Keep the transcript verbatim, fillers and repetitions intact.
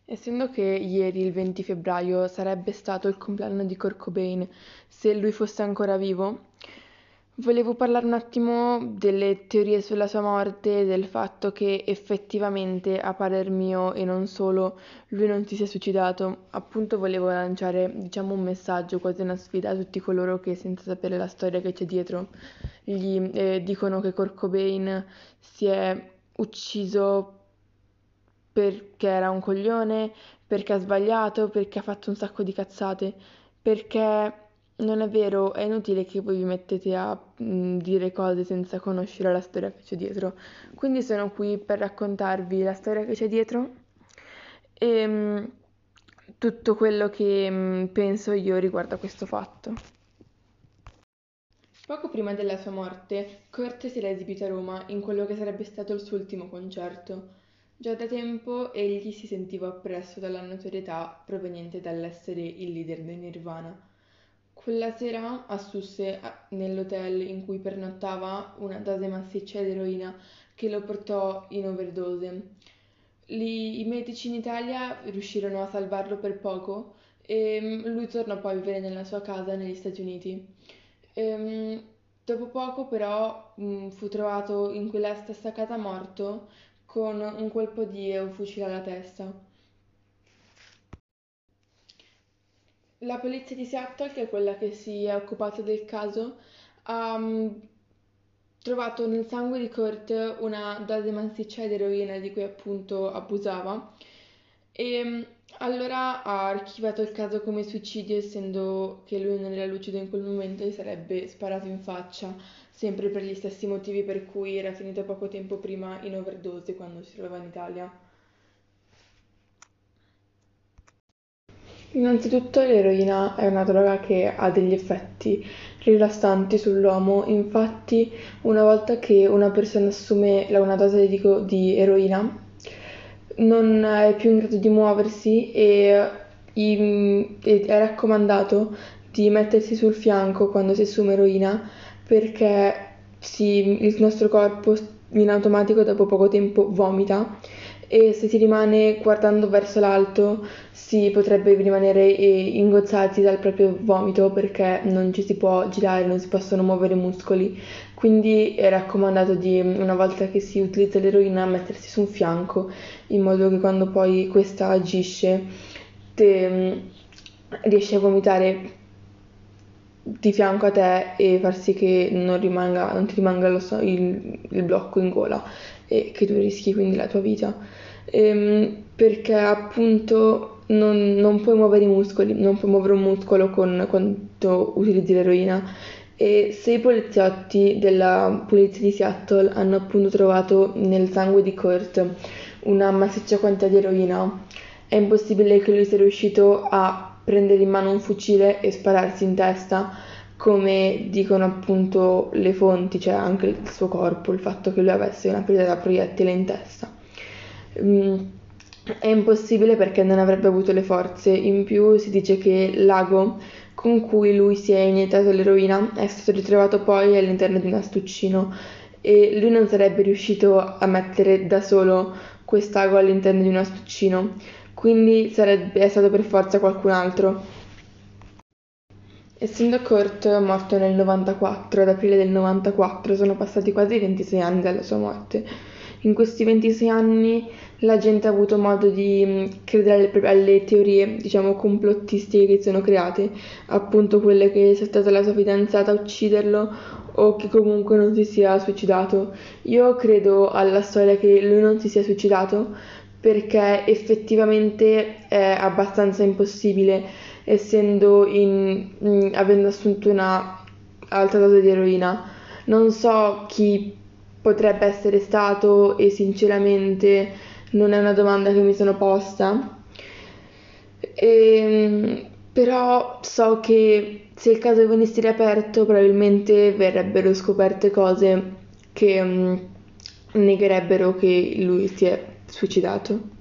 Essendo che ieri, il venti febbraio, sarebbe stato il compleanno di Kurt Cobain, se lui fosse ancora vivo, volevo parlare un attimo delle teorie sulla sua morte, del fatto che effettivamente, a parer mio e non solo, lui non si sia suicidato. Appunto volevo lanciare, diciamo, un messaggio, quasi una sfida a tutti coloro che, senza sapere la storia che c'è dietro, gli eh, dicono che Kurt Cobain si è ucciso perché era un coglione, perché ha sbagliato, perché ha fatto un sacco di cazzate, perché non è vero, è inutile che voi vi mettete a mm, dire cose senza conoscere la storia che c'è dietro. Quindi sono qui per raccontarvi la storia che c'è dietro e mm, tutto quello che mm, penso io riguardo a questo fatto. Poco prima della sua morte, Kurt si era esibito a Roma in quello che sarebbe stato il suo ultimo concerto. Già da tempo egli si sentiva oppresso dalla notorietà proveniente dall'essere il leader dei Nirvana. Quella sera assunse a- nell'hotel in cui pernottava una dose massiccia di eroina che lo portò in overdose. Lì, i medici in Italia riuscirono a salvarlo per poco e mm, lui tornò poi a vivere nella sua casa negli Stati Uniti. Ehm, Dopo poco però mm, fu trovato in quella stessa casa morto con un colpo di un fucile alla testa. La polizia di Seattle, che è quella che si è occupata del caso, ha mm, trovato nel sangue di Kurt una dose massiccia di eroina di cui appunto abusava e mm, allora ha archiviato il caso come suicidio, essendo che lui non era lucido in quel momento e sarebbe sparato in faccia, sempre per gli stessi motivi per cui era finito poco tempo prima in overdose quando si trovava in Italia. Innanzitutto l'eroina è una droga che ha degli effetti rilassanti sull'uomo, infatti una volta che una persona assume la- una dose di, co- di eroina non è più in grado di muoversi e, i- e è raccomandato di mettersi sul fianco quando si assume eroina perché si- il nostro corpo in automatico dopo poco tempo vomita e se si rimane guardando verso l'alto si potrebbe rimanere eh, ingozzati dal proprio vomito perché non ci si può girare, non si possono muovere i muscoli. Quindi è raccomandato di, una volta che si utilizza l'eroina, mettersi su un fianco in modo che quando poi questa agisce te, mm, riesci a vomitare di fianco a te e far sì che non rimanga, non ti rimanga lo so- il, il blocco in gola e che tu rischi quindi la tua vita. Ehm, perché appunto non, non puoi muovere i muscoli, non puoi muovere un muscolo con quando utilizzi l'eroina. E se i poliziotti della polizia di Seattle hanno appunto trovato nel sangue di Kurt una massiccia quantità di eroina, è impossibile che lui sia riuscito a prendere in mano un fucile e spararsi in testa, come dicono appunto le fonti, cioè anche il suo corpo, il fatto che lui avesse una presa da proiettile in testa. Mm, È impossibile perché non avrebbe avuto le forze. In più si dice che l'ago con cui lui si è iniettato l'eroina è stato ritrovato poi all'interno di un astuccino e lui non sarebbe riuscito a mettere da solo quest'ago all'interno di un astuccino, quindi sarebbe è stato per forza qualcun altro. Essendo Kurt morto nel novantaquattro, ad aprile del novantaquattro, sono passati quasi ventisei anni dalla sua morte. In questi ventisei anni la gente ha avuto modo di mh, credere alle, alle teorie, diciamo, complottistiche che si sono create, appunto quelle che sia stata la sua fidanzata a ucciderlo o che comunque non si sia suicidato. Io credo alla storia che lui non si sia suicidato perché effettivamente è abbastanza impossibile, essendo in, mm, avendo assunto una alta dose di eroina. Non so chi potrebbe essere stato e sinceramente non è una domanda che mi sono posta. Ehm, Però so che se il caso venisse riaperto probabilmente verrebbero scoperte cose che mm, negherebbero che lui si è suicidato.